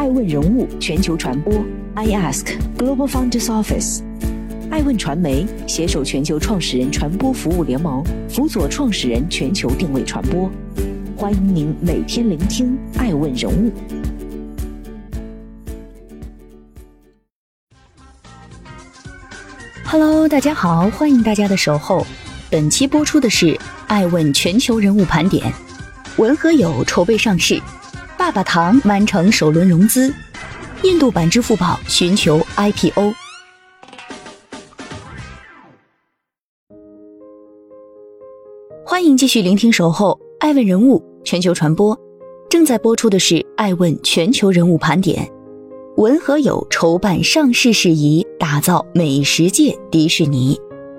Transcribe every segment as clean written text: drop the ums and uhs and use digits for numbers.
爱问人物全球传播 iAsk Global Founders Office。爱问传媒携手全球创始人传播服务联盟，辅佐创始人全球定位传播。欢迎您每天聆听爱问人物。 Hello， 大家好，欢迎大家的守候。本期播出的是爱问全球人物盘点。文和友筹备上市，爸爸堂完成首轮融资，印度版支付宝寻求 IPO。欢迎继续聆听守候爱问人物全球传播，正在播出的是爱问全球人物盘点。文和友筹办上市事宜，打造美食界迪士尼。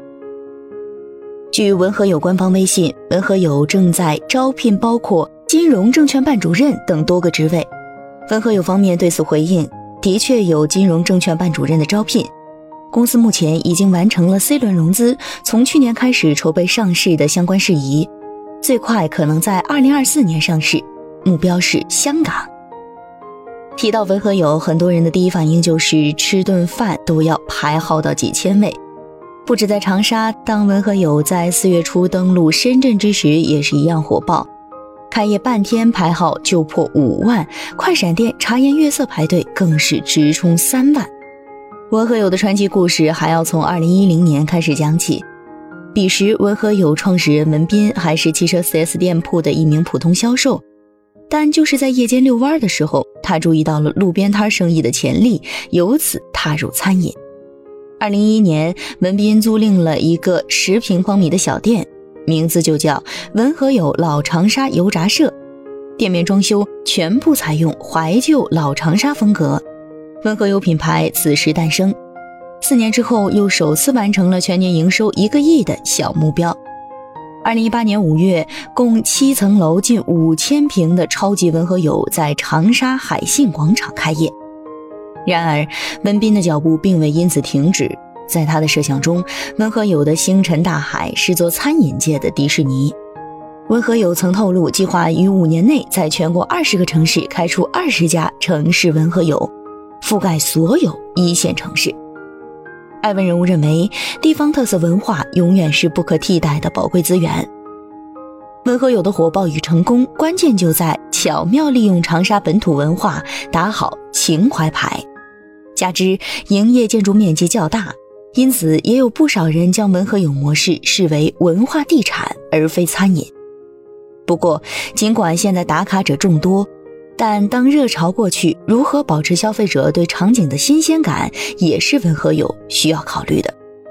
据文和友官方微信，文和友正在招聘包括金融证券办主任等多个职位。文和友方面对此回应，的确有金融证券办主任的招聘。公司目前已经完成了 C 轮融资，从去年开始筹备上市的相关事宜，最快可能在2024年上市，目标是香港。提到文和友，很多人的第一反应就是吃顿饭都要排号到几千位。不止在长沙，当文和友在4月初登陆深圳之时也是一样火爆，开业半天排号就破5万，快闪店茶颜悦色排队更是直冲3万。文和友的传奇故事还要从2010年开始讲起。彼时文和友创始人文彬还是汽车 4S 店铺的一名普通销售，但就是在夜间遛弯的时候，他注意到了路边摊生意的潜力，由此踏入餐饮。2011年，文彬租赁了一个10平方米的小店，名字就叫文和友老长沙油炸社。店面装修全部采用怀旧老长沙风格，文和友品牌此时诞生。4年之后，又首次完成了全年营收1个亿的小目标。2018年5月，共7层楼近5000平的超级文和友在长沙海信广场开业。然而文彬的脚步并未因此停止，在他的设想中，文和友的星辰大海是座餐饮界的迪士尼。文和友曾透露，计划于5年内在全国20个城市开出20家城市文和友，覆盖所有1线城市。爱问人物认为，地方特色文化永远是不可替代的宝贵资源。文和友的火爆与成功，关键就在巧妙利用长沙本土文化，打好情怀牌。加之营业建筑面积较大，因此也有不少人将文和友模式视为文化地产而非餐饮。不过尽管现在打卡者众多，但当热潮过去，如何保持消费者对场景的新鲜感，也是文和友需要考虑的。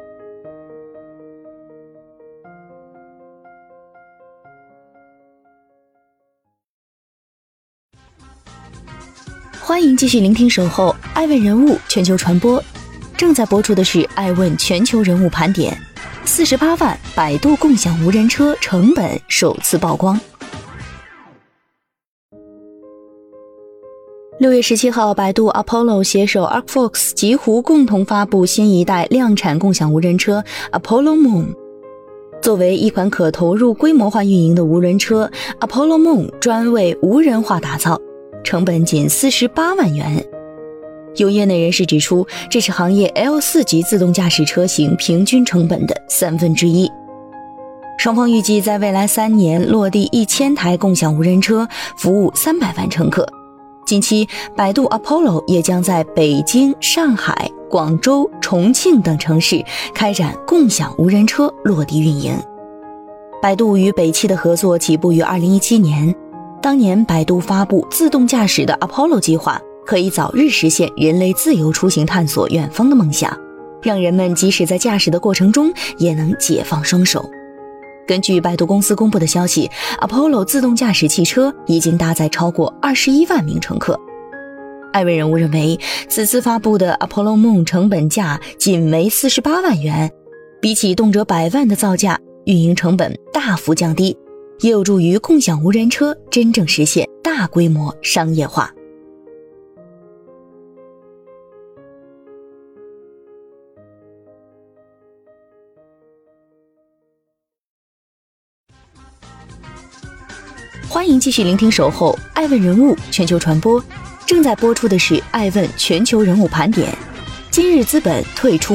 欢迎继续聆听守候爱问人物全球传播，正在播出的是爱问全球人物盘点。48万百度共享无人车成本首次曝光。6月17号，百度 Apollo 携手 Arcfox 极狐共同发布新一代量产共享无人车 Apollo Moon。 作为一款可投入规模化运营的无人车， Apollo Moon 专为无人化打造，成本仅48万元。有业内人士指出，这是行业 L4 级自动驾驶车型平均成本的1/3。双方预计在未来3年落地1000台共享无人车，服务300万乘客。近期百度 Apollo 也将在北京、上海、广州、重庆等城市开展共享无人车落地运营。百度与北汽的合作起步于2017年，当年百度发布自动驾驶的 Apollo 计划，可以早日实现人类自由出行探索远方的梦想，让人们即使在驾驶的过程中也能解放双手。根据百度公司公布的消息， Apollo 自动驾驶汽车已经搭载超过21万名乘客。爱问人物认为，此次发布的 Apollo Moon 成本价仅为48万元，比起动辄100万的造价，运营成本大幅降低，也有助于共享无人车真正实现大规模商业化。欢迎继续聆听守候爱问人物全球传播， 正在播出的是爱问全球人物盘点，今日资本退出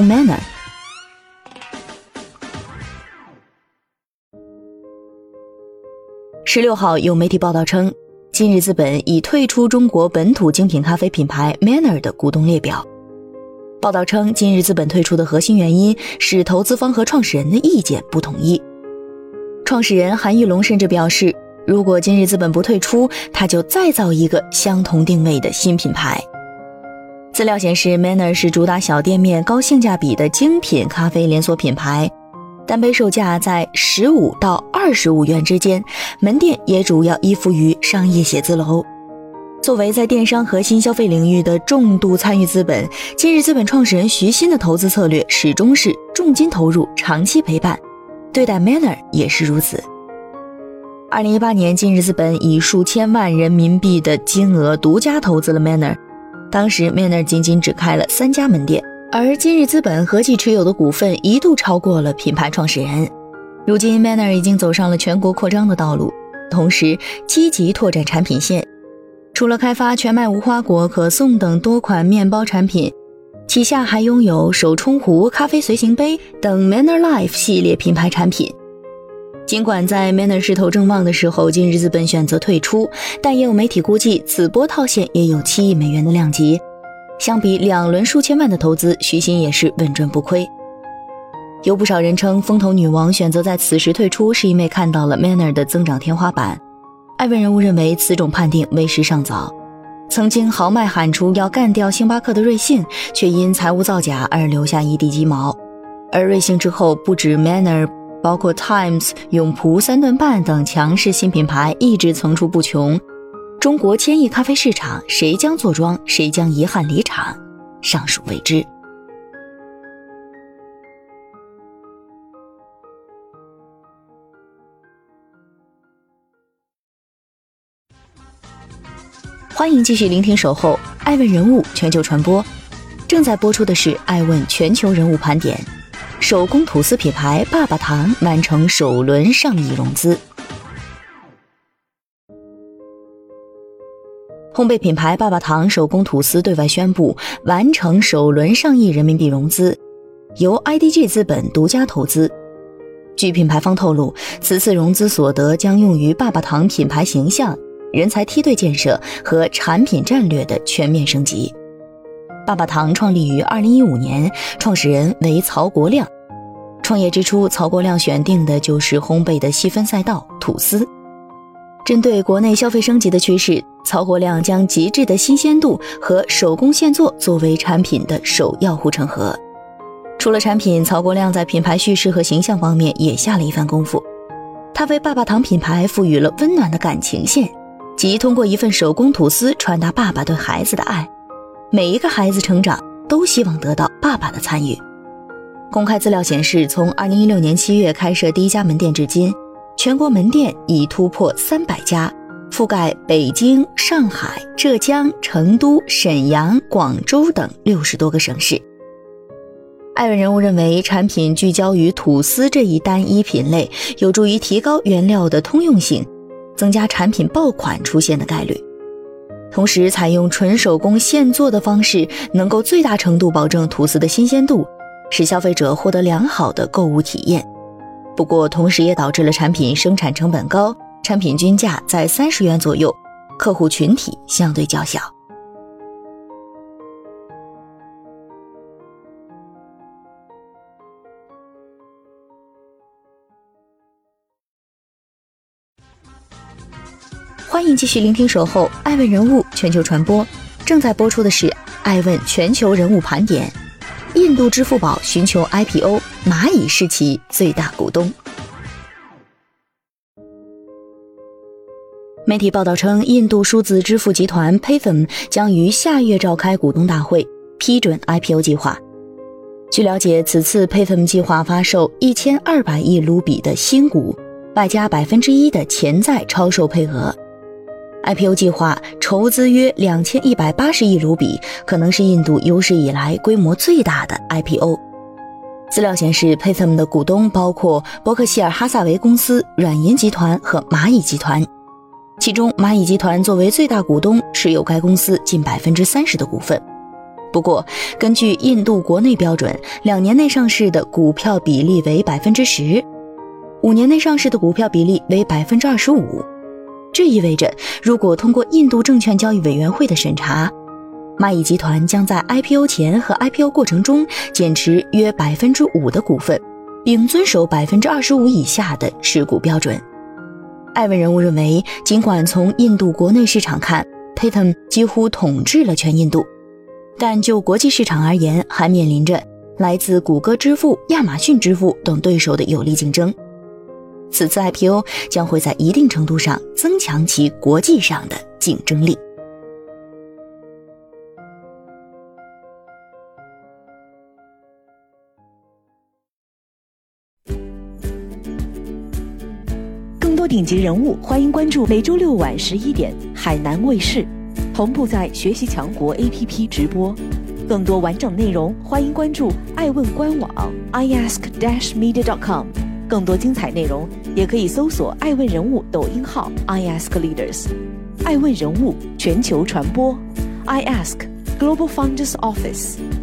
Manner。16号有媒体报道称，今日资本已退出中国本土精品咖啡品牌 Manner 的股东列表。报道称，今日资本退出的核心原因是投资方和创始人的意见不统一。创始人韩玉龙甚至表示，如果今日资本不退出，他就再造一个相同定位的新品牌。资料显示 Manner 是主打小店面高性价比的精品咖啡连锁品牌，单杯售价在15到25元之间，门店也主要依附于商业写字楼。作为在电商和新消费领域的重度参与资本，今日资本创始人徐新的投资策略始终是重金投入，长期陪伴，对待 Manner 也是如此。2018年，今日资本以数千万人民币的金额独家投资了 Manner， 当时 Manner 仅只开了3家门店，而今日资本合计持有的股份一度超过了品牌创始人。如今 Manner 已经走上了全国扩张的道路，同时积极拓展产品线。除了开发全麦无花果、可颂等多款面包产品，旗下还拥有手冲壶、咖啡随行杯等 Manner Life 系列品牌产品。尽管在 Manner 势头正旺的时候，今日资本选择退出，但也有媒体估计此波套现也有7亿美元的量级。相比2轮数千万的投资，徐新也是稳赚不亏。有不少人称，风投女王选择在此时退出，是因为看到了 Manner 的增长天花板。爱问人物认为，此种判定为时尚早。曾经豪迈喊出要干掉星巴克的瑞幸，却因财务造假而留下一地鸡毛。而瑞幸之后，不止 Manner， 包括 Times、永璞、3顿半等强势新品牌一直层出不穷。中国千亿咖啡市场，谁将坐庄，谁将遗憾离场，尚属未知。欢迎继续聆听守候爱问人物全球传播，正在播出的是爱问全球人物盘点。手工吐司品牌爸爸堂完成首轮上亿融资。烘焙品牌爸爸堂手工吐司对外宣布完成首轮上亿人民币融资，由 IDG 资本独家投资。据品牌方透露，此次融资所得将用于爸爸堂品牌形象、人才梯队建设和产品战略的全面升级。爸爸堂创立于2015年，创始人为曹国亮。创业之初，曹国亮选定的就是烘焙的细分赛道吐司。针对国内消费升级的趋势，曹国亮将极致的新鲜度和手工现做作为产品的首要护城河。除了产品，曹国亮在品牌叙事和形象方面也下了一番功夫。他为爸爸堂品牌赋予了温暖的感情线，即通过一份手工吐司传达爸爸对孩子的爱。每一个孩子成长都希望得到爸爸的参与。公开资料显示，从2016年7月开设第一家门店至今，全国门店已突破300家，覆盖北京、上海、浙江、成都、沈阳、广州等60多个省市。爱问人物认为，产品聚焦于吐司这一单一品类，有助于提高原料的通用性，增加产品爆款出现的概率。同时，采用纯手工现做的方式，能够最大程度保证吐司的新鲜度，使消费者获得良好的购物体验。不过，同时也导致了产品生产成本高，产品均价在30元左右，客户群体相对较小。欢迎继续聆听守候爱问人物全球传播，正在播出的是爱问全球人物盘点。印度支付宝寻求 IPO， 蚂蚁是其最大股东。媒体报道称，印度数字支付集团 Paytm 将于下月召开股东大会，批准 IPO 计划。据了解，此次 Paytm 计划发售1200亿卢比的新股，外加1%的潜在超售配额。IPO 计划筹资约2180亿卢比，可能是印度有史以来规模最大的 IPO。资料显示 Paytm 的股东包括伯克希尔哈萨维公司、软银集团和蚂蚁集团。 其中蚂蚁集团作为最大股东，持有该公司近 30% 的股份。不过，根据印度国内标准，2年内上市的股票比例为 10%， 5年内上市的股票比例为 25%。 这意味着，如果通过印度证券交易委员会的审查，蚂蚁集团将在 IPO 前和 IPO 过程中减持约 5% 的股份，并遵守 25% 以下的持股标准。艾问人物认为，尽管从印度国内市场看， Paytm 几乎统治了全印度，但就国际市场而言，还面临着来自谷歌支付、亚马逊支付等对手的有力竞争。此次 IPO 将会在一定程度上增强其国际上的竞争力。 更多顶级人物，欢迎关注每周6晚11点海南卫视，同步在学习强国 APP 直播。更多完整内容，欢迎关注爱问官网 iask-media.com。更多精彩内容，也可以搜索爱问人物抖音号 iaskleaders。爱问人物全球传播 iAsk Global Founders Office。